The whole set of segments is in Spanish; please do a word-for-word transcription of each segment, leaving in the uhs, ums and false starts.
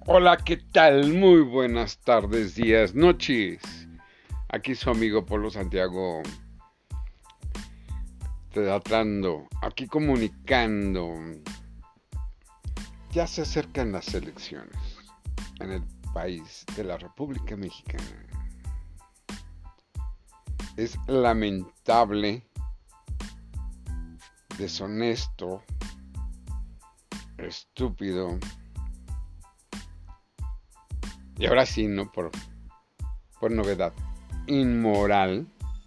Hola, ¿qué tal? Muy buenas tardes, días, noches. Aquí su amigo Polo Santiago, tratando, aquí comunicando. Ya se acercan las elecciones en el país de la República Mexicana. Es lamentable, deshonesto, estúpido. Y ahora sí, no por, por novedad, inmoral.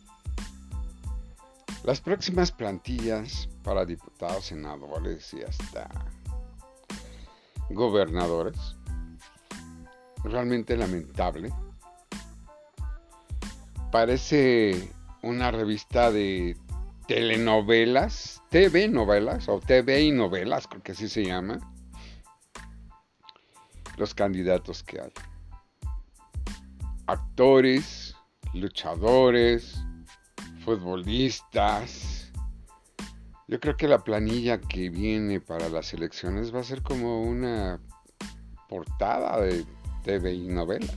Las próximas plantillas para diputados, senadores y hasta gobernadores. Realmente lamentable. Parece una revista de telenovelas, T V novelas o T V y novelas, creo que así se llama. Los candidatos que hay. Actores, luchadores, futbolistas. Yo creo que la planilla que viene para las elecciones va a ser como una portada de T V y novelas.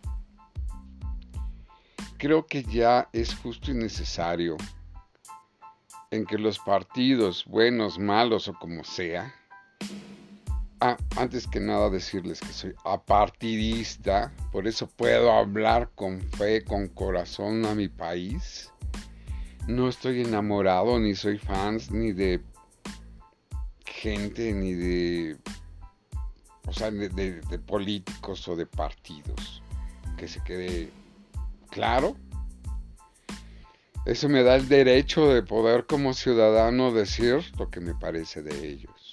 Creo que ya es justo y necesario en que los partidos, buenos, malos o como sea, ah, antes que nada decirles que soy apartidista, por eso puedo hablar con fe, con corazón a mi país. No estoy enamorado, ni soy fans, ni de gente, ni de, o sea, de, de, de políticos o de partidos. Que se quede claro. Eso me da el derecho de poder como ciudadano decir lo que me parece de ellos.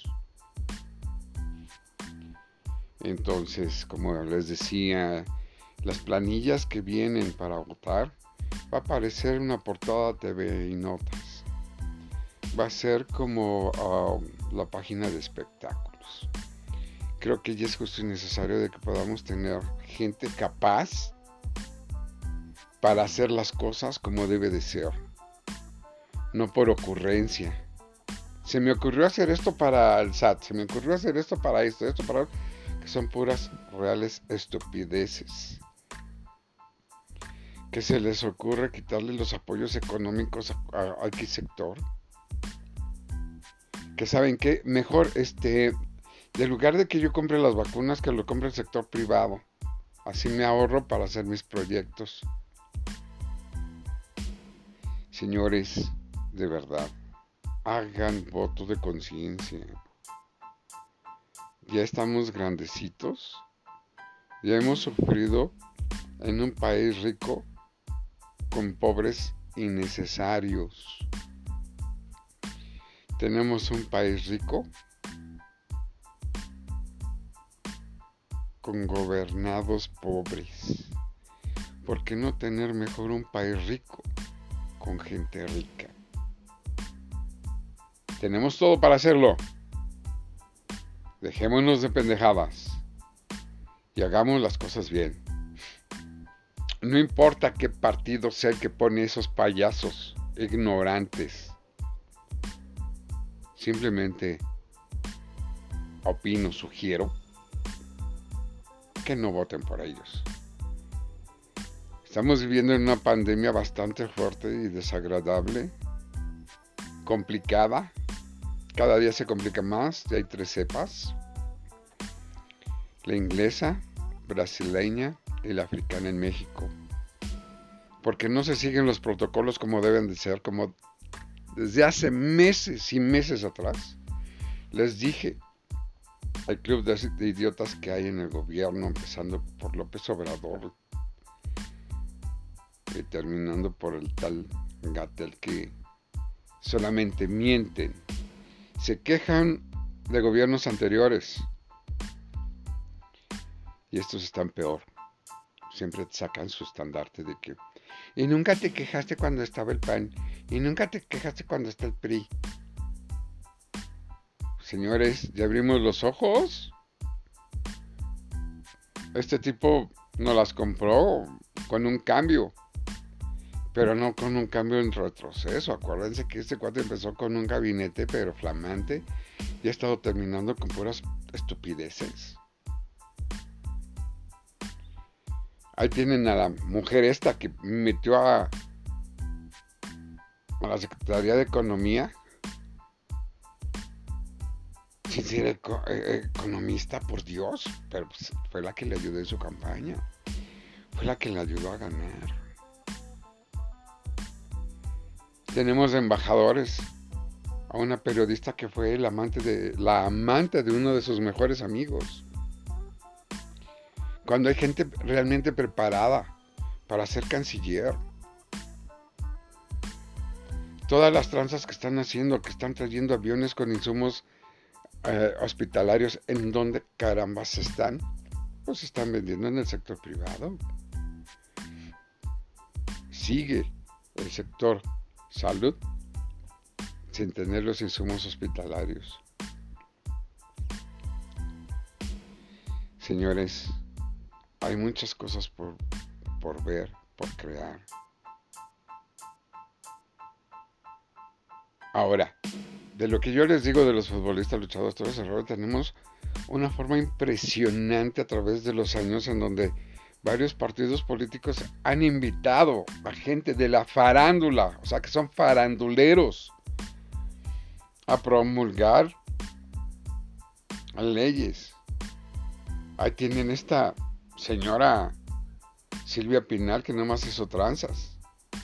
Entonces, como les decía, las planillas que vienen para votar va a aparecer una portada T V y notas. Va a ser como uh, la página de espectáculos. Creo que ya es justo y necesario de que podamos tener gente capaz para hacer las cosas como debe de ser, no por ocurrencia. Se me ocurrió hacer esto para el S A T, se me ocurrió hacer esto para esto, esto para... que son puras reales estupideces. Que se les ocurre quitarle los apoyos económicos a, a, a X sector. Que saben que mejor este, en lugar de que yo compre las vacunas, que lo compre el sector privado. Así me ahorro para hacer mis proyectos. Señores, de verdad, hagan voto de conciencia. Ya estamos grandecitos. Ya hemos sufrido en un país rico con pobres innecesarios. Tenemos un país rico con gobernados pobres. ¿Por qué no tener mejor un país rico con gente rica? Tenemos todo para hacerlo. Dejémonos de pendejadas y hagamos las cosas bien. No importa qué partido sea el que pone esos payasos ignorantes. Simplemente opino, sugiero que no voten por ellos. Estamos viviendo en una pandemia bastante fuerte y desagradable, complicada. Cada día se complica más, ya hay tres cepas. La inglesa, brasileña y la africana en México. Porque no se siguen los protocolos como deben de ser, como desde hace meses y meses atrás. Les dije al club de, de idiotas que hay en el gobierno, empezando por López Obrador y terminando por el tal Gatell, que solamente mienten. Se quejan de gobiernos anteriores y estos están peor. Siempre sacan su estandarte de que y nunca te quejaste cuando estaba el P A N y nunca te quejaste cuando está el P R I. Señores, ¿ya abrimos los ojos? Este tipo nos las compró con un cambio, pero no con un cambio en retroceso. Acuérdense que este cuate empezó con un gabinete pero flamante y ha estado terminando con puras estupideces. Ahí tienen a la mujer esta que metió a, a la Secretaría de Economía sin ser eco, eh, economista, por Dios, pero pues fue la que le ayudó en su campaña, fue la que le ayudó a ganar. Tenemos embajadores, a una periodista que fue el amante de, la amante de uno de sus mejores amigos. Cuando hay gente realmente preparada para ser canciller. Todas las tranzas que están haciendo, que están trayendo aviones con insumos eh, hospitalarios, ¿en dónde carambas están? Pues se están vendiendo en el sector privado. Sigue el sector salud sin tener los insumos hospitalarios. Señores, hay muchas cosas por, por ver, por crear. Ahora, de lo que yo les digo de los futbolistas luchadores, todo ese rollo, tenemos una forma impresionante a través de los años en donde varios partidos políticos han invitado a gente de la farándula, o sea que son faranduleros, a promulgar leyes. Ahí tienen esta señora Silvia Pinal que nomás hizo tranzas.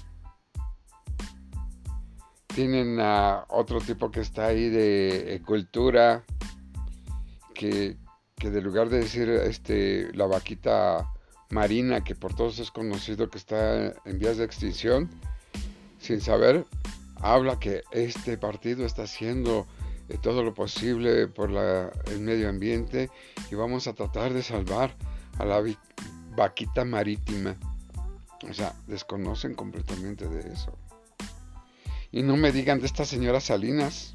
Tienen a otro tipo que está ahí de eh, cultura, que, que de lugar de decir este la vaquita marina, que por todos es conocido que está en vías de extinción, sin saber, habla que este partido está haciendo eh, todo lo posible por la, el medio ambiente y vamos a tratar de salvar a la vi, vaquita marítima. O sea, desconocen completamente de eso. Y no me digan de esta señora Salinas,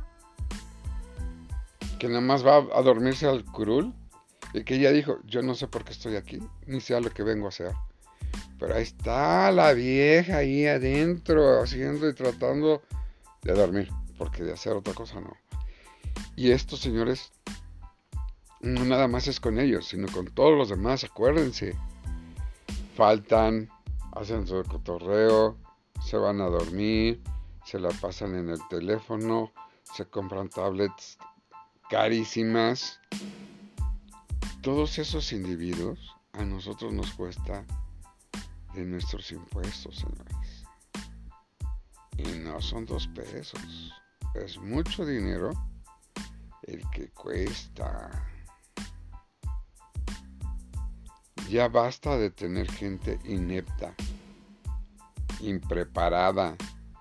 que nada más va a dormirse al curul, y que ella dijo, yo no sé por qué estoy aquí, ni sé a lo que vengo a hacer. Pero ahí está la vieja ahí adentro, haciendo y tratando de dormir, porque de hacer otra cosa no. Y estos señores, no nada más es con ellos, sino con todos los demás, acuérdense. Faltan, hacen su cotorreo, se van a dormir, se la pasan en el teléfono, se compran tablets carísimas. Todos esos individuos a nosotros nos cuesta de nuestros impuestos, señores. Y no son dos pesos, es mucho dinero el que cuesta. Ya basta de tener gente inepta, impreparada.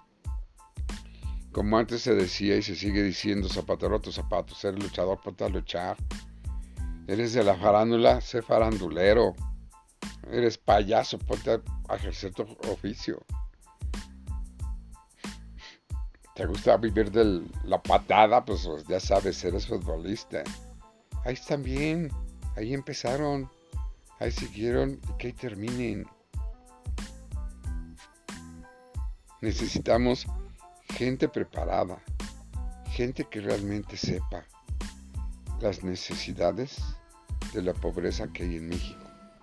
Como antes se decía y se sigue diciendo, zapatero a tus zapatos, eres luchador, ponte a luchar. Eres de la farándula, sé farandulero. Eres payaso, ponte a ejercer tu oficio. ¿Te gusta vivir de la patada? Pues ya sabes, eres futbolista. Ahí están bien, ahí empezaron, ahí siguieron y que ahí terminen. Necesitamos gente preparada, gente que realmente sepa las necesidades de la pobreza que hay en México.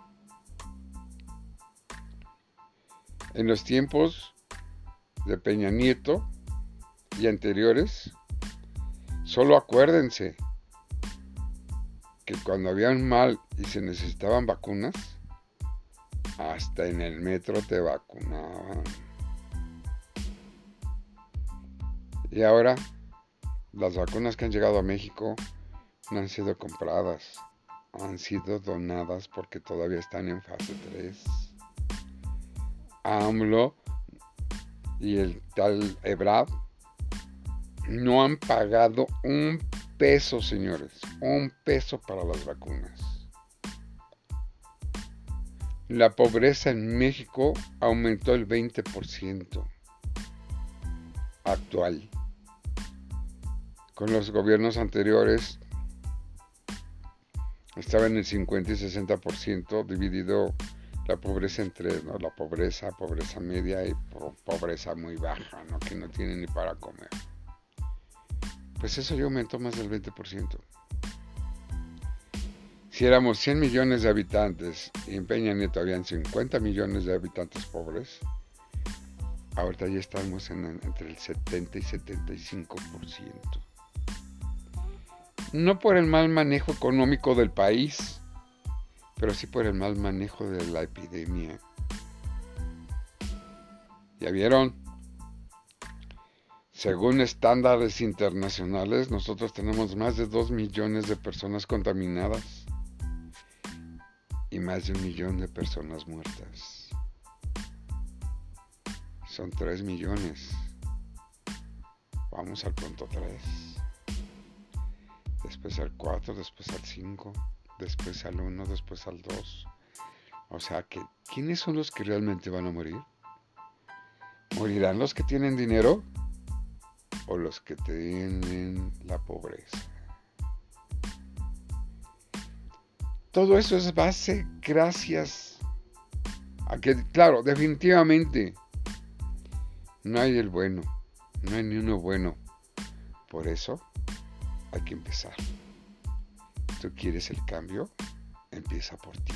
En los tiempos de Peña Nieto y anteriores, solo acuérdense que cuando había un mal y se necesitaban vacunas, hasta en el metro te vacunaban. Y ahora, las vacunas que han llegado a México no han sido compradas, han sido donadas porque todavía están en fase tres. AMLO y el tal Ebrard no han pagado un peso, señores, un peso para las vacunas. La pobreza en México aumentó el veinte por ciento actual. Con los gobiernos anteriores estaba en el cincuenta y sesenta por ciento, dividido la pobreza entre, ¿no?, la pobreza, pobreza media y pobreza muy baja, ¿no?, que no tiene ni para comer. Pues eso ya aumentó más del veinte por ciento. Si éramos cien millones de habitantes y en Peña Nieto habían cincuenta millones de habitantes pobres, ahorita ya estamos en, entre el setenta y setenta y cinco por ciento. No por el mal manejo económico del país, pero sí por el mal manejo de la epidemia. ¿Ya vieron? Según estándares internacionales, nosotros tenemos más de dos millones de personas contaminadas y más de un millón de personas muertas. Son tres millones. Vamos al punto tres. Después al cuatro, después al cinco, después al uno, después al dos. O sea que, ¿quiénes son los que realmente van a morir? ¿Morirán los que tienen dinero o los que tienen la pobreza? Todo eso es base gracias a que, claro, definitivamente no hay el bueno, no hay ni uno bueno. Por eso hay que empezar. ¿Tú quieres el cambio? Empieza por ti.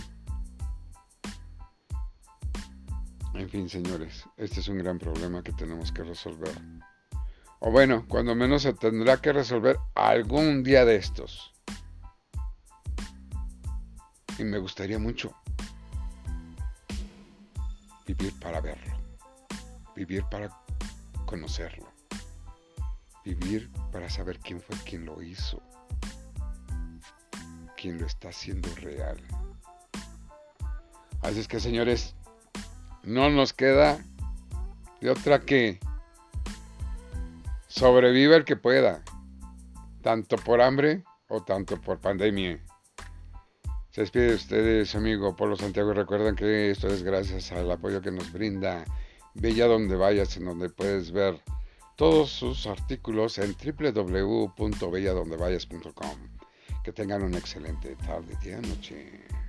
En fin, señores, este es un gran problema que tenemos que resolver. O bueno, cuando menos se tendrá que resolver algún día de estos. Y me gustaría mucho vivir para verlo. Vivir para conocerlo. Vivir para saber quién fue quien lo hizo. Quién lo está haciendo real. Así es que, señores, no nos queda de otra que sobreviva el que pueda, tanto por hambre o tanto por pandemia. Se despide de ustedes su amigo Polo Santiago y recuerden que esto es gracias al apoyo que nos brinda Bella Donde Vayas, en donde puedes ver todos sus artículos en doble u doble u doble u punto bella donde vayas punto com. Que tengan una excelente tarde, día, noche.